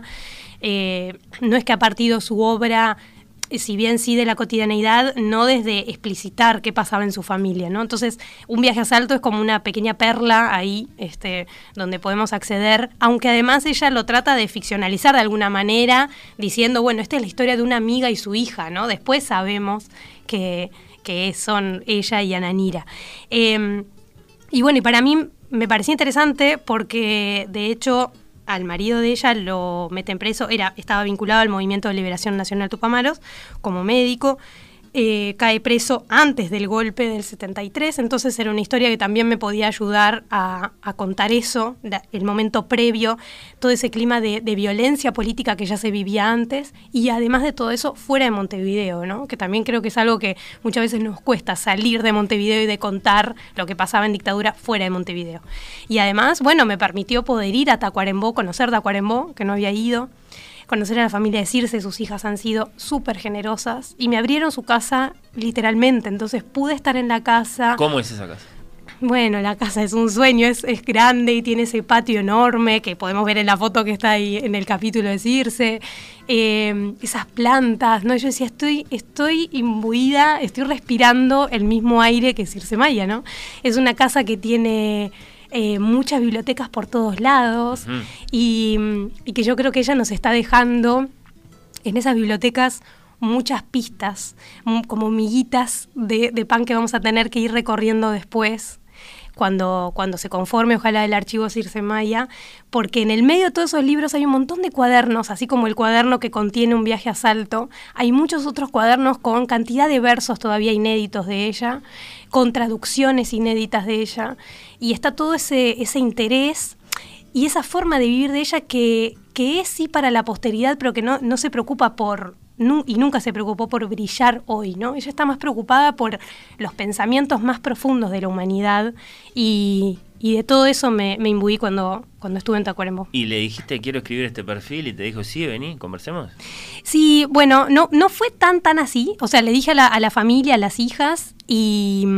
C: eh, no es que ha partido su obra, si bien sí de la cotidianeidad, no desde explicitar qué pasaba en su familia, ¿no? Entonces, Un viaje a Salto es como una pequeña perla ahí, este, donde podemos acceder, aunque además ella lo trata de ficcionalizar de alguna manera, diciendo, bueno, esta es la historia de una amiga y su hija, ¿no? Después sabemos que... que son ella y Ananira. Eh, y bueno, y para mí me parecía interesante porque, de hecho, al marido de ella lo meten preso, era, estaba vinculado al Movimiento de Liberación Nacional Tupamaros como médico, eh, cae preso antes del golpe del setenta y tres, entonces era una historia que también me podía ayudar a, a contar eso, la, el momento previo, todo ese clima de, de violencia política que ya se vivía antes, y además de todo eso, fuera de Montevideo, ¿no? Que también creo que es algo que muchas veces nos cuesta, salir de Montevideo y de contar lo que pasaba en dictadura fuera de Montevideo. Y además, bueno, me permitió poder ir a Tacuarembó, conocer Tacuarembó, que no había ido, conocer a la familia de Circe. Sus hijas han sido súper generosas y me abrieron su casa literalmente, entonces pude estar en la casa.
B: ¿Cómo es esa casa?
C: Bueno, la casa es un sueño, es, es grande y tiene ese patio enorme que podemos ver en la foto que está ahí en el capítulo de Circe, eh, esas plantas, ¿no? Yo decía, estoy, estoy imbuida, estoy respirando el mismo aire que Circe Maya, ¿no? Es una casa que tiene Eh, muchas bibliotecas por todos lados, uh-huh. y, y que yo creo que ella nos está dejando en esas bibliotecas muchas pistas, como miguitas de, de pan que vamos a tener que ir recorriendo después, cuando, cuando se conforme, ojalá, el archivo Circe Maya, porque en el medio de todos esos libros hay un montón de cuadernos, así como el cuaderno que contiene Un viaje a Salto, hay muchos otros cuadernos con cantidad de versos todavía inéditos de ella, con traducciones inéditas de ella, y está todo ese, ese interés y esa forma de vivir de ella que, que es sí para la posteridad, pero que no, no se preocupa por... y nunca se preocupó por brillar hoy, ¿no? Ella está más preocupada por los pensamientos más profundos de la humanidad, y, y de todo eso me, me imbuí cuando, cuando estuve en Tacuarembó.
B: ¿Y le dijiste, quiero escribir este perfil, y te dijo, sí, vení, conversemos?
C: Sí, bueno, no, no fue tan tan así, o sea, le dije a la, a la familia, a las hijas, y...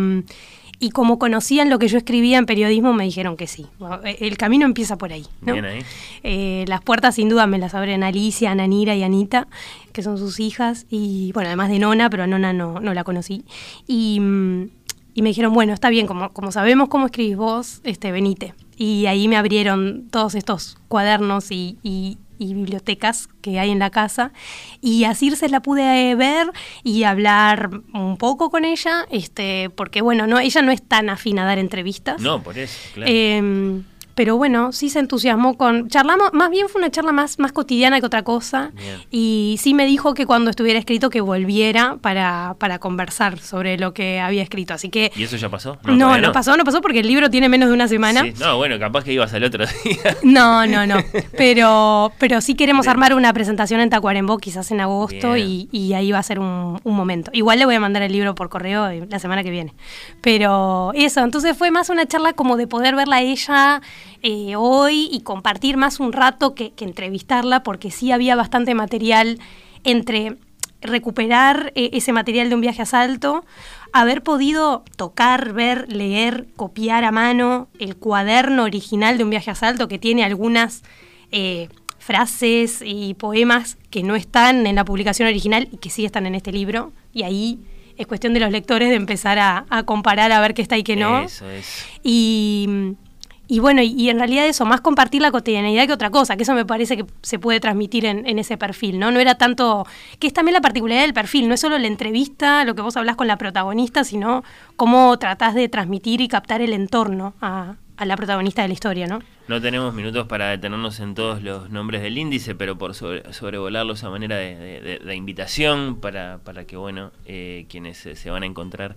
C: Y como conocían lo que yo escribía en periodismo, me dijeron que sí. El camino empieza por ahí, ¿no?
B: Bien ahí.
C: Eh, las puertas sin duda me las abren Alicia, Nanira y Anita, que son sus hijas. Y bueno, además de Nona, pero a Nona no, no la conocí. Y, y me dijeron, bueno, está bien, como, como sabemos cómo escribís vos, este, venite. Y ahí me abrieron todos estos cuadernos y... y y bibliotecas que hay en la casa, y a Circe la pude ver y hablar un poco con ella, este, porque bueno, no, ella no es tan afín a dar entrevistas.
B: No, por eso, claro.
C: Eh, pero bueno, sí se entusiasmó con... Charlamos, más bien fue una charla más, más cotidiana que otra cosa. Bien. Y sí me dijo que cuando estuviera escrito que volviera para, para conversar sobre lo que había escrito, así que...
B: ¿Y eso ya pasó?
C: No, no, no, no pasó, no pasó porque el libro tiene menos de una semana.
B: Sí. No, bueno, capaz que ibas al otro día.
C: No, no, no, pero, pero sí queremos Bien. armar una presentación en Tacuarembó, quizás en agosto, y, y ahí va a ser un, un momento. Igual le voy a mandar el libro por correo la semana que viene. Pero eso, entonces fue más una charla como de poder verla a ella... Eh, hoy y compartir más un rato que, que entrevistarla, porque sí había bastante material entre recuperar eh, ese material de Un viaje a Salto, haber podido tocar, ver, leer, copiar a mano el cuaderno original de Un viaje a Salto, que tiene algunas eh, frases y poemas que no están en la publicación original y que sí están en este libro, y ahí es cuestión de los lectores de empezar a, a comparar, a ver qué está y qué no.
B: Eso es.
C: Y... Y bueno, y, y en realidad eso, más compartir la cotidianidad que otra cosa, que eso me parece que se puede transmitir en, en ese perfil, ¿no? No era tanto, que es también la particularidad del perfil, no es solo la entrevista, lo que vos hablás con la protagonista, sino cómo tratás de transmitir y captar el entorno a, a la protagonista de la historia, ¿no?
B: No tenemos minutos para detenernos en todos los nombres del índice, pero por sobre, sobrevolarlos a manera de, de, de, de invitación para, para que, bueno, eh, quienes se, se van a encontrar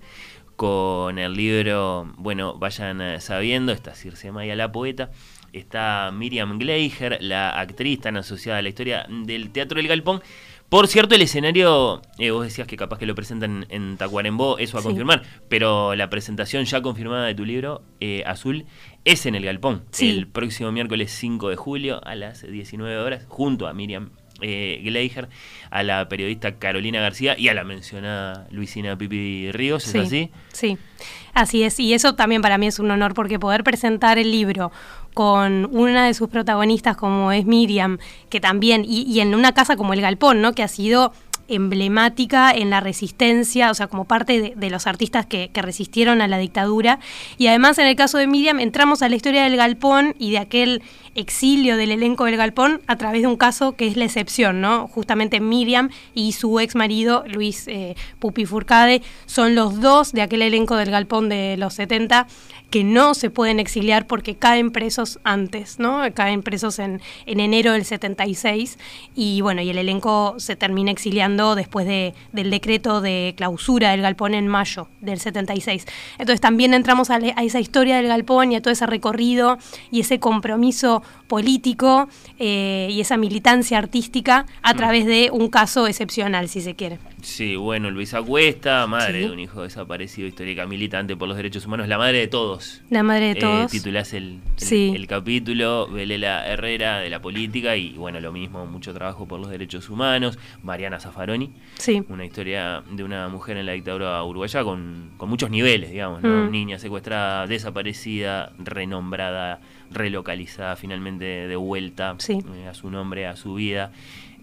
B: con el libro, bueno, vayan eh, sabiendo, está Circe Maya, la poeta, está Miriam Gleijer, la actriz tan asociada a la historia del Teatro del Galpón. Por cierto, el escenario, eh, vos decías que capaz que lo presentan en Tacuarembó, eso a sí. confirmar, pero la presentación ya confirmada de tu libro, eh, Azul, es en el Galpón, sí. el próximo miércoles cinco de julio a las diecinueve horas, junto a Miriam Eh, Gleijer, a la periodista Carolina García y a la mencionada Luisina Pipi Ríos, ¿es
C: sí,
B: así?
C: Sí, así es, y eso también para mí es un honor, porque poder presentar el libro con una de sus protagonistas como es Miriam, que también, y, y en una casa como el Galpón, ¿no? Que ha sido emblemática en la resistencia, o sea, como parte de, de los artistas que, que resistieron a la dictadura, y además en el caso de Miriam entramos a la historia del Galpón y de aquel exilio del elenco del Galpón a través de un caso que es la excepción, ¿no? Justamente Miriam y su ex marido Luis eh, Pupi Furcade son los dos de aquel elenco del Galpón de los setenta que no se pueden exiliar porque caen presos antes, ¿no? Caen presos en, en enero del setenta y seis, y bueno, y el elenco se termina exiliando cuando después de, del decreto de clausura del galpón en mayo del setenta y seis. Entonces también entramos a, le, a esa historia del galpón y a todo ese recorrido y ese compromiso político eh, y esa militancia artística a través de un caso excepcional, si se quiere.
B: Sí, bueno, Luisa Cuesta, madre
C: Sí.
B: de un hijo desaparecido histórica, militante por los derechos humanos, la madre de todos.
C: La madre de
B: Eh,
C: todos.
B: titulás el, el,
C: Sí.
B: el capítulo, Belela Herrera de la política y bueno, lo mismo, mucho trabajo por los derechos humanos. Mariana Zaffaroni,
C: Sí.
B: una historia de una mujer en la dictadura uruguaya con, con muchos niveles, digamos, ¿no?
C: Mm.
B: Niña secuestrada, desaparecida, renombrada, relocalizada, finalmente de vuelta
C: Sí.
B: eh, a su nombre, a su vida.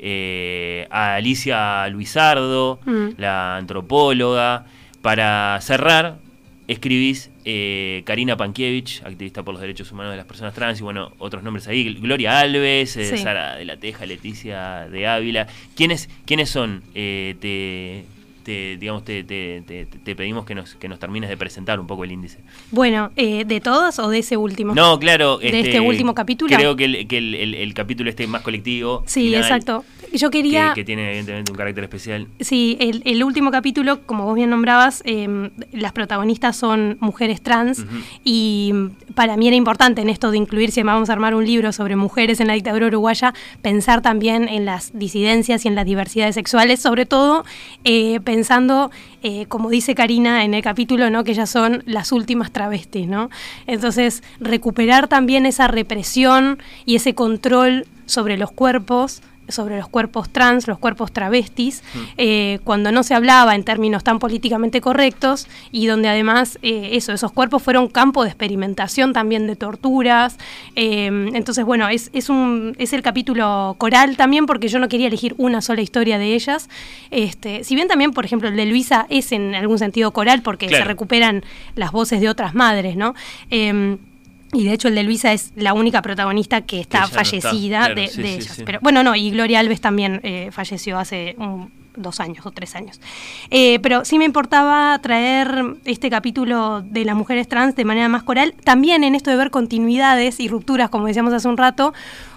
B: Eh, a Alicia Luisardo,
C: Mm.
B: la antropóloga. Para cerrar, escribís eh, Karina Pankiewicz, activista por los derechos humanos de las personas trans, y bueno, otros nombres ahí, Gloria Alves, eh,
C: Sí.
B: Sara de la Teja, Leticia de Ávila. ¿Quiénes, quiénes son? Eh, te, te, digamos, te, te, te, te pedimos que nos, que nos termines de presentar un poco el índice.
C: Bueno, eh, ¿de todos o de ese último?
B: No, claro.
C: ¿De este último capítulo?
B: Creo que el, que el, el, el capítulo este más colectivo.
C: Sí,
B: final,
C: exacto. Yo quería...
B: Que, que tiene evidentemente un carácter especial.
C: Sí, el, el último capítulo, como vos bien nombrabas, eh, las protagonistas son mujeres trans.
B: Ujú.
C: Y para mí era importante en esto de incluir, si vamos a armar un libro sobre mujeres en la dictadura uruguaya, pensar también en las disidencias y en las diversidades sexuales, sobre todo eh, pensando, eh, como dice Karina en el capítulo, ¿no?, que ellas son las últimas travestis, ¿no? Entonces, recuperar también esa represión y ese control sobre los cuerpos, sobre los cuerpos trans, los cuerpos travestis, mm. eh, cuando no se hablaba en términos tan políticamente correctos y donde además eh, eso, esos cuerpos fueron campo de experimentación también de torturas. Eh, entonces, bueno, es, es, un, es el capítulo coral también porque yo no quería elegir una sola historia de ellas. Este, si bien también, por ejemplo, el de Luisa es en algún sentido coral porque claro, se recuperan las voces de otras madres, ¿no? Eh, Y de hecho el de Luisa es la única protagonista que está
B: que
C: fallecida
B: no está, claro,
C: de,
B: sí,
C: de
B: sí,
C: ellas.
B: sí.
C: Pero bueno, no, y Gloria Alves también eh, falleció hace un, dos años o tres años. Eh, pero sí me importaba traer este capítulo de las mujeres trans de manera más coral, también en esto de ver continuidades y rupturas, como decíamos hace un rato,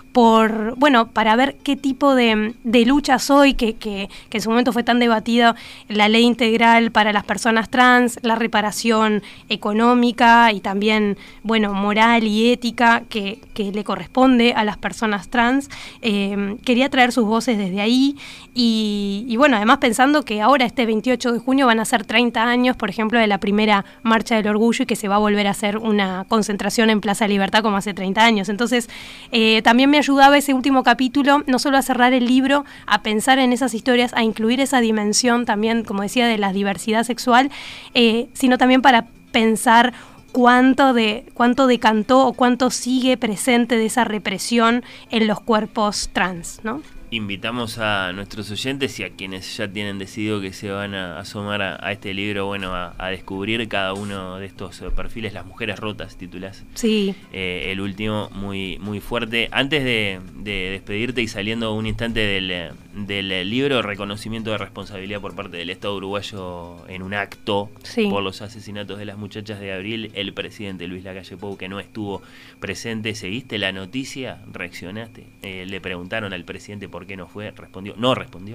C: por, bueno, para ver qué tipo de, de luchas hoy, que, que, que en su momento fue tan debatida, la ley integral para las personas trans, la reparación económica y también, bueno, moral y ética que, que le corresponde a las personas trans. Eh, quería traer sus voces desde ahí y, y, bueno, además pensando que ahora este veintiocho de junio van a ser treinta años, por ejemplo, de la primera Marcha del Orgullo y que se va a volver a hacer una concentración en Plaza Libertad como hace treinta años. Entonces, eh, también me ayudaba ese último capítulo, no solo a cerrar el libro, a pensar en esas historias, a incluir esa dimensión también, como decía, de la diversidad sexual, eh, sino también para pensar cuánto de cuánto decantó o cuánto sigue presente de esa represión en los cuerpos trans, ¿no?
B: Invitamos a nuestros oyentes y a quienes ya tienen decidido que se van a asomar a, a este libro, bueno, a, a descubrir cada uno de estos eh, perfiles, Las Mujeres Rotas, titulás.
C: Sí.
B: Eh, el último, muy muy fuerte. Antes de, de despedirte y saliendo un instante del, del libro, reconocimiento de responsabilidad por parte del Estado uruguayo en un acto
C: sí.
B: por los asesinatos de las muchachas de Abril, el presidente Luis Lacalle Pou, que no estuvo presente. ¿Seguiste la noticia? ¿Reaccionaste? Eh, le preguntaron al presidente por ¿Por qué no fue? Respondió. No respondió.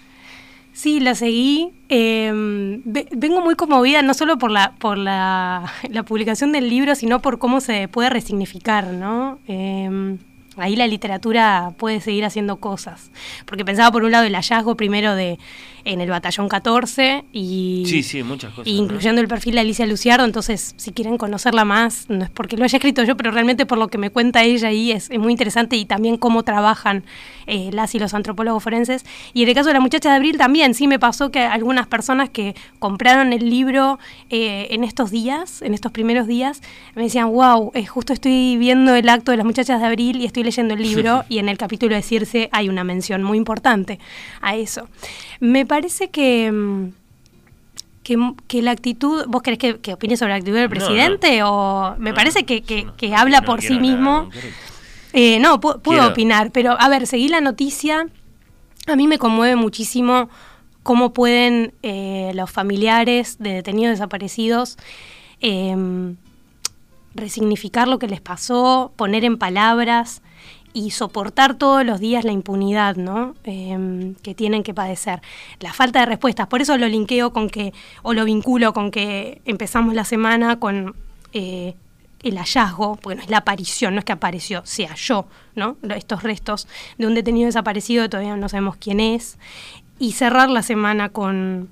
C: Sí, la seguí. Eh, vengo muy conmovida, no solo por la por la, la publicación del libro, sino por cómo se puede resignificar, ¿no? Eh, ahí la literatura puede seguir haciendo cosas. Porque pensaba por un lado el hallazgo primero de en el batallón catorce y
B: sí, sí, muchas cosas,
C: y incluyendo ¿no? el perfil de Alicia Luciardo. Entonces, si quieren conocerla más, no es porque lo haya escrito yo, pero realmente por lo que me cuenta ella ahí es, es muy interesante, y también cómo trabajan eh, las y los antropólogos forenses. Y en el caso de la muchacha de Abril también, sí me pasó que algunas personas que compraron el libro eh, en estos días, en estos primeros días, me decían, wow, eh, justo estoy viendo el acto de las muchachas de Abril y estoy leyendo el libro, y en el capítulo de Circe hay una mención muy importante a eso. Me parece que, que, que la actitud... ¿Vos querés que, que opine sobre la actitud del presidente? No, no. O me no, parece que, que, no, que no, habla no por sí mismo. Eh, no, pu puedo quiero. opinar, pero a ver, seguí la noticia. A mí me conmueve muchísimo cómo pueden eh, los familiares de detenidos desaparecidos eh, resignificar lo que les pasó, poner en palabras y soportar todos los días la impunidad, ¿no? Eh, que tienen que padecer. La falta de respuestas, por eso lo linkeo con que, o lo vinculo con que empezamos la semana con eh, el hallazgo, porque no es la aparición, no es que apareció, se halló, ¿no? Estos restos de un detenido desaparecido, todavía no sabemos quién es, y cerrar la semana con,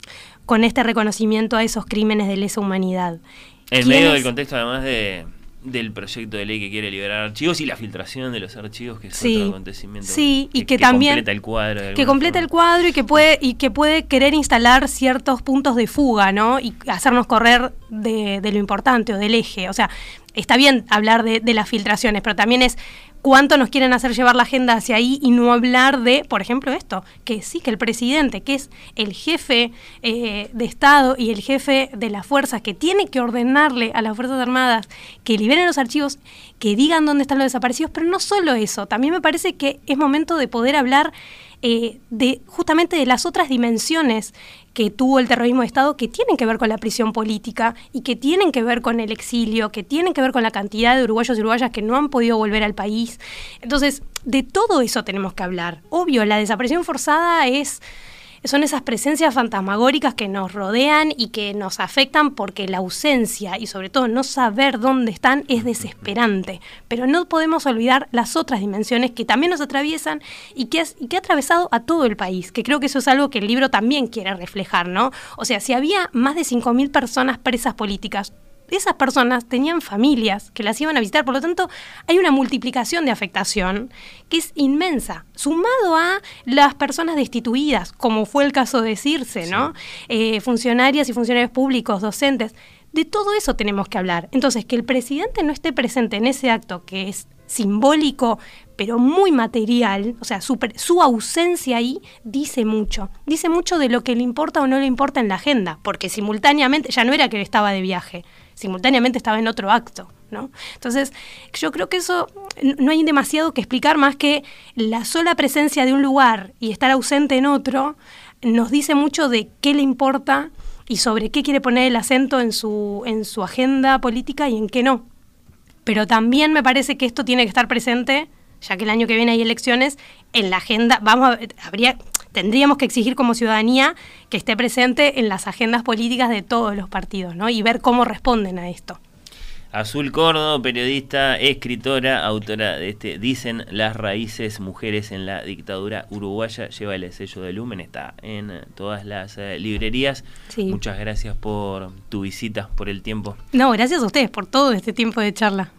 C: con este reconocimiento a esos crímenes de lesa humanidad.
B: En medio del contexto, además, de del proyecto de ley que quiere liberar archivos y la filtración de los archivos, que es sí, otro acontecimiento
C: sí,
B: que,
C: y que,
B: que
C: también
B: completa el cuadro de
C: que completa forma. el cuadro y que puede y que puede querer instalar ciertos puntos de fuga, ¿no? Y hacernos correr de, de lo importante o del eje. O sea, está bien hablar de, de las filtraciones, pero también es cuánto nos quieren hacer llevar la agenda hacia ahí y no hablar de, por ejemplo, esto, que sí, que el presidente, que es el jefe eh, de Estado y el jefe de las fuerzas, que tiene que ordenarle a las Fuerzas Armadas que liberen los archivos, que digan dónde están los desaparecidos, pero no solo eso, también me parece que es momento de poder hablar eh, de justamente de las otras dimensiones que tuvo el terrorismo de Estado, que tienen que ver con la prisión política y que tienen que ver con el exilio, que tienen que ver con la cantidad de uruguayos y uruguayas que no han podido volver al país. Entonces, de todo eso tenemos que hablar. Obvio, la desaparición forzada es... son esas presencias fantasmagóricas que nos rodean y que nos afectan porque la ausencia y sobre todo no saber dónde están es desesperante. Pero no podemos olvidar las otras dimensiones que también nos atraviesan y que, has, y que ha atravesado a todo el país, que creo que eso es algo que el libro también quiere reflejar, ¿no? O sea, si había más de cinco mil personas presas políticas, esas personas tenían familias que las iban a visitar, por lo tanto hay una multiplicación de afectación que es inmensa, sumado a las personas destituidas, como fue el caso de Circe, ¿no? Sí. Eh, funcionarias y funcionarios públicos, docentes, de todo eso tenemos que hablar. Entonces, que el presidente no esté presente en ese acto que es simbólico, pero muy material, o sea, su, su ausencia ahí dice mucho, dice mucho de lo que le importa o no le importa en la agenda, porque simultáneamente, ya no era que estaba de viaje, simultáneamente estaba en otro acto, ¿no? Entonces, yo creo que eso no hay demasiado que explicar más que la sola presencia de un lugar y estar ausente en otro nos dice mucho de qué le importa y sobre qué quiere poner el acento en su, en su agenda política y en qué no. Pero también me parece que esto tiene que estar presente, ya que el año que viene hay elecciones, en la agenda, vamos a, habría, tendríamos que exigir como ciudadanía que esté presente en las agendas políticas de todos los partidos, ¿no? Y ver cómo responden a esto.
B: Azul Córdoba, periodista, escritora, autora de este Dicen las raíces, mujeres en la dictadura uruguaya, lleva el sello de Lumen, está en todas las eh, librerías. Sí. Muchas gracias por tu visita, por el tiempo.
C: No, gracias a ustedes por todo este tiempo de charla.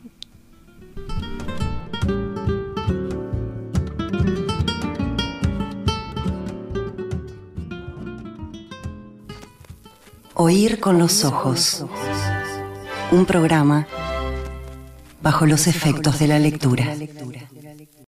A: Oír con los ojos. Un programa bajo los efectos de la lectura.